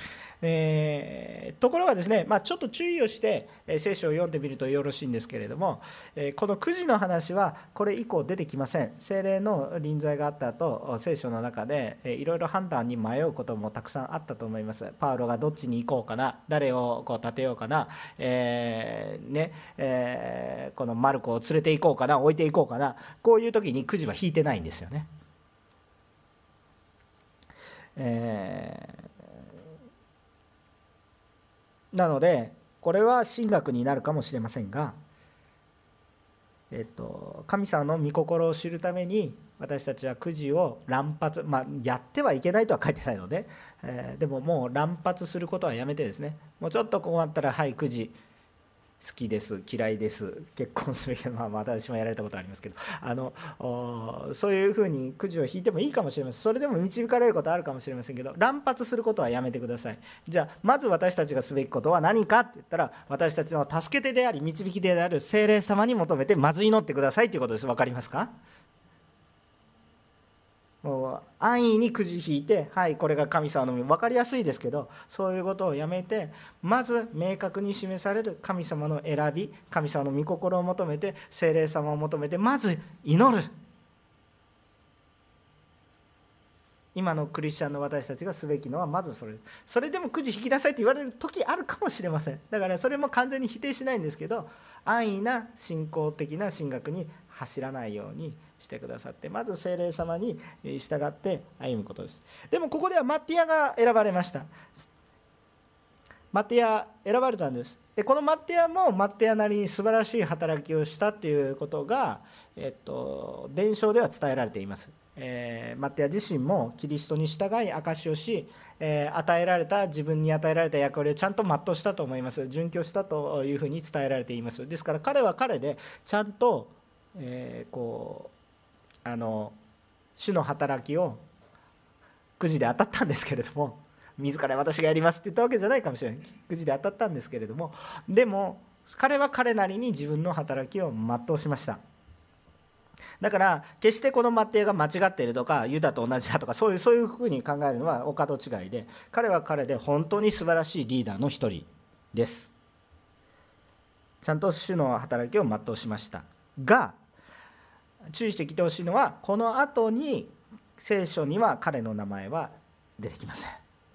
ところがですね、ちょっと注意をして聖書を読んでみるとよろしいんですけれども、このくじの話はこれ以降出てきません。聖霊の臨在があった後、聖書の中でいろいろ判断に迷うこともたくさんあったと思います。パウロがどっちに行こうかな、誰を立てようかな、このマルコを連れて行こうかな、置いて行こうかな、こういう時にくじは引いてないんですよね。なのでこれは神学になるかもしれませんが、神様の御心を知るために私たちはくじを乱発、やってはいけないとは書いてないので、でももう乱発することはやめてですね、もうちょっと困ったらはいくじ好きです嫌いです結婚するけど、私もやられたことありますけど、そういうふうにくじを引いてもいいかもしれません。それでも導かれることはあるかもしれませんけど、乱発することはやめてください。じゃあまず私たちがすべきことは何かって言ったら、私たちの助け手であり導き手である聖霊様に求めてまず祈ってくださいということです。分かりますか？もう安易にくじ引いて、はいこれが神様の分かりやすいですけど、そういうことをやめて、まず明確に示される神様の選び、神様の御心を求めて、聖霊様を求めてまず祈る。今のクリスチャンの私たちがすべきのはまずそれでもくじ引きなさいって言われる時あるかもしれません。だからそれも完全に否定しないんですけど、 安易な信仰的な神学に走らないようにしてくださって、まず聖霊様に従って歩むことです。でもここではマッティアが選ばれました。マッティア選ばれたんです。でこのマッティアもマッティアなりに素晴らしい働きをしたということが、伝承では伝えられています。マッティア自身もキリストに従い証しをし、自分に与えられた役割をちゃんと全うしたと思います。殉教したというふうに伝えられています。ですから彼は彼でちゃんと、主の働きをくじで当たったんですけれども、自ら私がやりますって言ったわけじゃないかもしれない、くじで当たったんですけれども、でも彼は彼なりに自分の働きを全うしました。だから決してこのマッティアが間違っているとかユダと同じだとかそういうふうに考えるのはお門違いで、彼は彼で本当に素晴らしいリーダーの一人です。ちゃんと主の働きを全うしましたが、注意してきてほしいのは、この後に聖書には彼の名前は出てきません。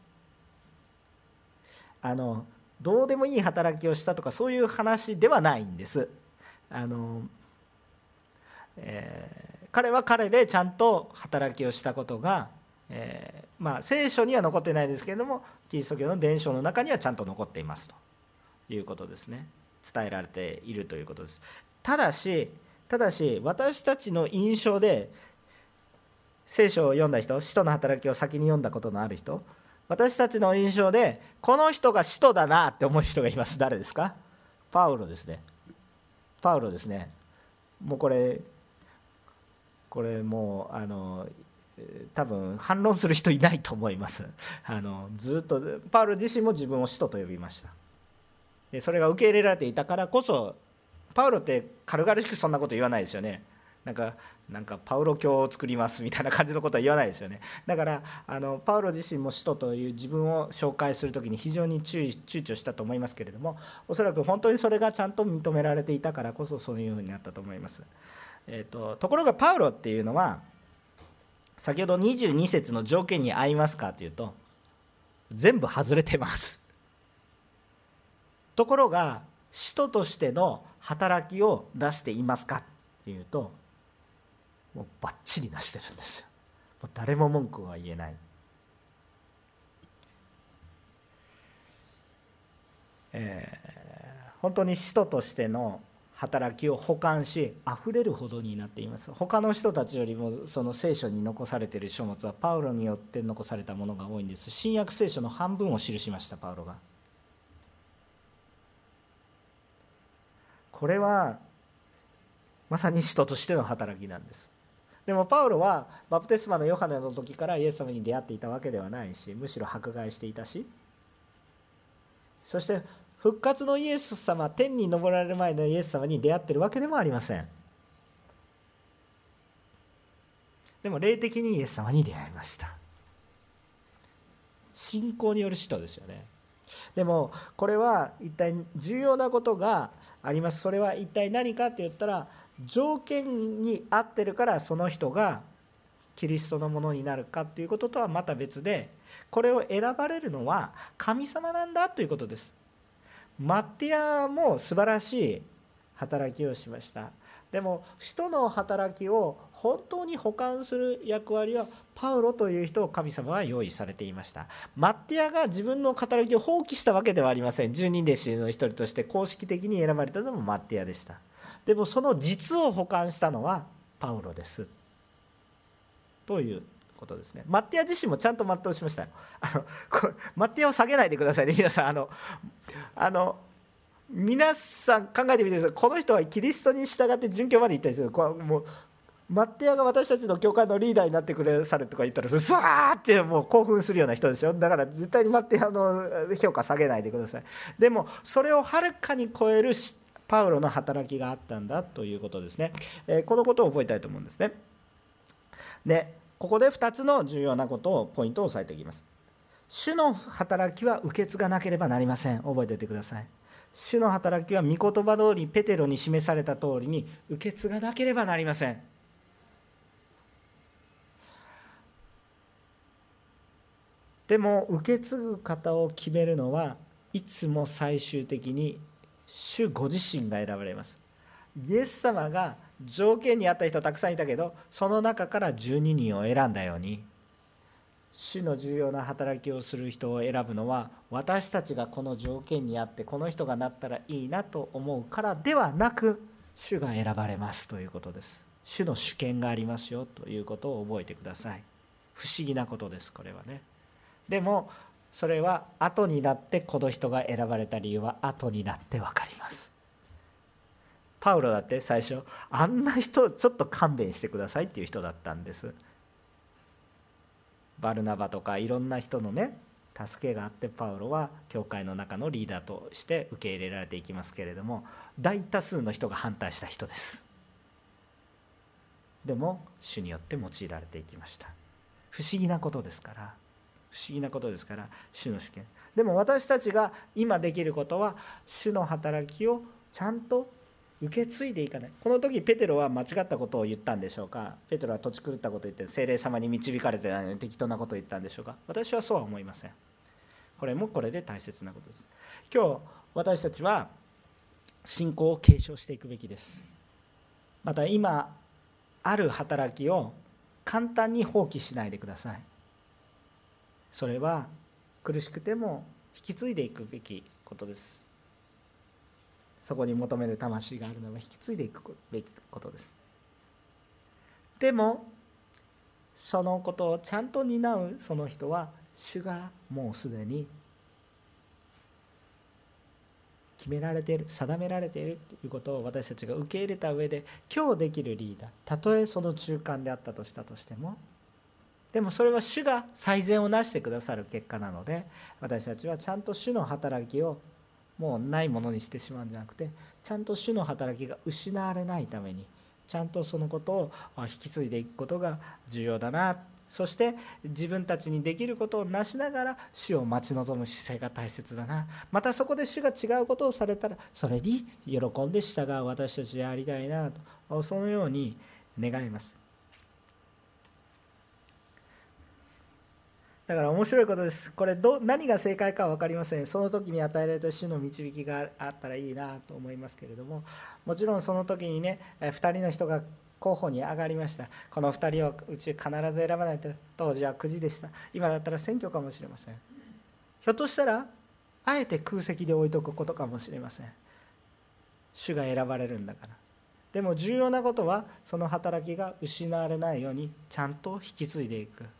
どうでもいい働きをしたとかそういう話ではないんです。彼は彼でちゃんと働きをしたことが、聖書には残ってないですけれども、キリスト教の伝承の中にはちゃんと残っていますということですね。伝えられているということです。ただし私たちの印象で聖書を読んだ人、使徒の働きを先に読んだことのある人、私たちの印象でこの人が使徒だなって思う人がいます。誰ですか？パウロですね。パウロですね。もうこれもう多分反論する人いないと思います。ずっとパウロ自身も自分を使徒と呼びました。でそれが受け入れられていたからこそ、パウロって軽々しくそんなこと言わないですよね。なんかパウロ教を作りますみたいな感じのことは言わないですよね。だからパウロ自身も使徒という自分を紹介するときに非常に躊躇したと思いますけれども、おそらく本当にそれがちゃんと認められていたからこそそういうふうになったと思います。ところがパウロっていうのは先ほど22節の条件に合いますかというと全部外れてます。ところが使徒としての働きを出していますかっていうともうバッチリ出してるんですよ。もう誰も文句は言えない。本当に使徒としての働きを補完しあふれるほどになっています。他の人たちよりもその聖書に残されている書物はパウロによって残されたものが多いんです。新約聖書の半分を記しました、パウロが。これはまさに使徒としての働きなんです。でもパウロはバプテスマのヨハネの時からイエス様に出会っていたわけではないし、むしろ迫害していたし、そして復活のイエス様、天に昇られる前のイエス様に出会っているわけでもありません。でも霊的にイエス様に出会いました。信仰による使徒ですよね。でもこれは一体重要なことがあります。それは一体何かって言ったら、条件に合ってるからその人がキリストのものになるかということとはまた別で、これを選ばれるのは神様なんだということです。マッティアも素晴らしい働きをしました。でも使徒の働きを本当に補完する役割はパウロという人を神様は用意されていました。マッティアが自分の働きを放棄したわけではありません。十人弟子の一人として公式的に選ばれたのもマッティアでした。でもその実を補完したのはパウロですということですね。マッティア自身もちゃんと全うしましたよ。マッティアを下げないでくださいね、皆さん。皆さん考えてみてください。この人はキリストに従って殉教まで行ったりする。もうマッティアが私たちの教会のリーダーになってくれされとか言ったらうわーってもう興奮するような人ですよ。だから絶対にマッティアの評価下げないでください。でもそれをはるかに超えるパウロの働きがあったんだということですね。このことを覚えたいと思うんですね。でここで2つの重要なことをポイントを押さえておきます。主の働きは受け継がなければなりません。覚えておいてください。主の働きは御言葉通りペテロに示された通りに受け継がなければなりません。でも受け継ぐ方を決めるのはいつも最終的に主ご自身が選ばれます。イエス様が条件に合った人たくさんいたけど、その中から12人を選んだように、主の重要な働きをする人を選ぶのは、私たちがこの条件にあってこの人がなったらいいなと思うからではなく、主が選ばれますということです。主の主権がありますよということを覚えてください。不思議なことです、これはね。でもそれは後になって、この人が選ばれた理由は後になって分かります。パウロだって最初、あんな人ちょっと勘弁してくださいっていう人だったんです。バルナバとかいろんな人のね助けがあって、パウロは教会の中のリーダーとして受け入れられていきますけれども、大多数の人が反対した人です。でも主によって用いられていきました。不思議なことですから、主の主権。でも私たちが今できることは、主の働きをちゃんと受け継いでいかない。この時ペテロは間違ったことを言ったんでしょうか。ペテロは土地狂ったことを言って、聖霊様に導かれてないのに適当なことを言ったんでしょうか。私はそうは思いません。これもこれで大切なことです。今日私たちは信仰を継承していくべきです。また今ある働きを簡単に放棄しないでください。それは苦しくても引き継いでいくべきことです。そこに求める魂があるのは引き継いでいくべきことです。でもそのことをちゃんと担うその人は、主がもうすでに決められている、定められているということを私たちが受け入れた上で、今日できるリーダー、たとえその中間であったとしたとしても、でもそれは主が最善をなしてくださる結果なので、私たちはちゃんと主の働きをもうないものにしてしまうんじゃなくて、ちゃんと主の働きが失われないために、ちゃんとそのことを引き継いでいくことが重要だな。そして自分たちにできることをなしながら主を待ち望む姿勢が大切だな。またそこで主が違うことをされたら、それに喜んで従う私たちでありたいなと、そのように願います。だから面白いことです。これ何が正解かは分かりません。その時に与えられた主の導きがあったらいいなと思いますけれども、もちろんその時にね、2人の人が候補に上がりました。この2人をうち必ず選ばないと。当時はくじでした。今だったら選挙かもしれません。ひょっとしたらあえて空席で置いとくことかもしれません。主が選ばれるんだから。でも重要なことは、その働きが失われないようにちゃんと引き継いでいく。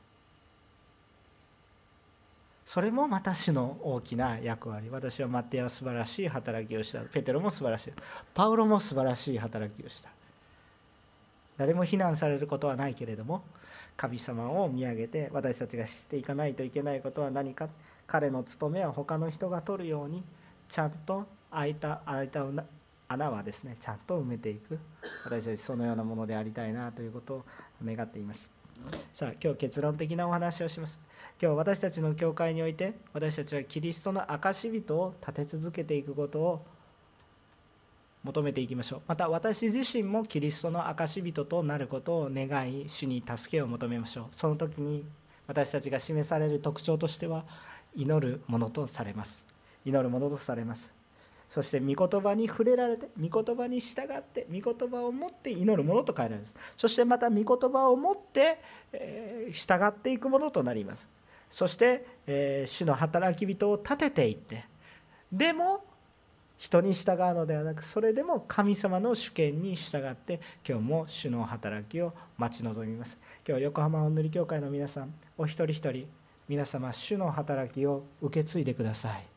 それもまた主の大きな役割。私はマテアは素晴らしい働きをした。ペテロも素晴らしい。パウロも素晴らしい働きをした。誰も非難されることはないけれども、神様を見上げて私たちがしていかないといけないことは何か。彼の務めは他の人が取るように、ちゃんと開いた穴はですね、ちゃんと埋めていく。私たちそのようなものでありたいなということを願っています。さあ、今日結論的なお話をします。今日私たちの教会において、私たちはキリストの証人を立て続けていくことを求めていきましょう。また私自身もキリストの証人となることを願い、主に助けを求めましょう。その時に私たちが示される特徴としては、祈るものとされます。祈るものとされます。そして御言葉に触れられて、御言葉に従って、御言葉を持って祈るものと変えられます。そしてまた御言葉を持って従っていくものとなります。そして主の働き人を立てていって、でも人に従うのではなく、それでも神様の主権に従って、今日も主の働きを待ち望みます。今日横浜お塗り教会の皆さん、お一人一人、皆様主の働きを受け継いでください。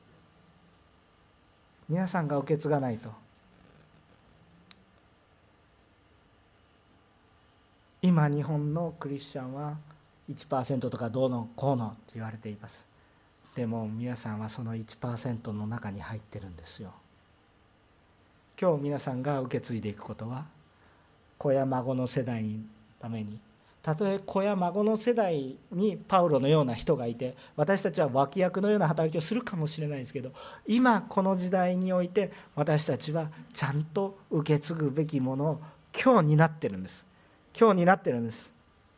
皆さんが受け継がないと、今日本のクリスチャンは 1% とかどうのこうのって言われています。でも皆さんはその 1% の中に入ってるんですよ。今日皆さんが受け継いでいくことは、子や孫の世代のために、たとえ子や孫の世代にパウロのような人がいて、私たちは脇役のような働きをするかもしれないですけど、今この時代において私たちはちゃんと受け継ぐべきものを今日担ってるんです。今日担ってるんです。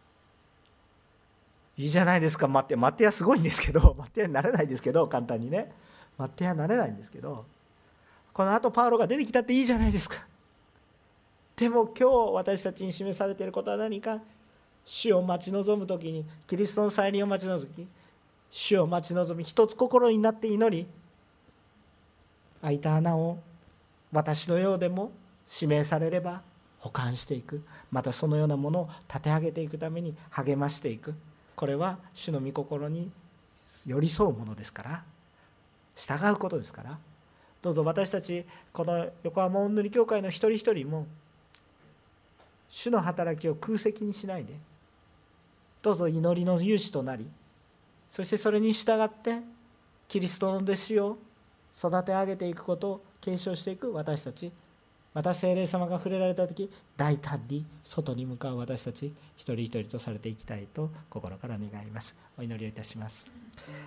いいじゃないですか。マッテアすごいんですけど、マッテアになれないですけど、簡単にねマッテアになれないんですけど、 この後パウロが出てきたっていいじゃないですか。でも今日私たちに示されていることは何か、主を待ち望むときに、キリストの再臨を待ち望むとき、主を待ち望み、一つ心になって祈り、空いた穴を私のようでも指名されれば補完していく、またそのようなものを立て上げていくために励ましていく、これは主の御心に寄り添うものですから、従うことですから、どうぞ私たちこの横浜おんぬり教会の一人一人も主の働きを空席にしないで、どうぞ祈りの勇士となり、そしてそれに従ってキリストの弟子を育て上げていくことを継承していく私たち、また聖霊様が触れられた時大胆に外に向かう私たち一人一人とされていきたいと心から願います。お祈りをいたします。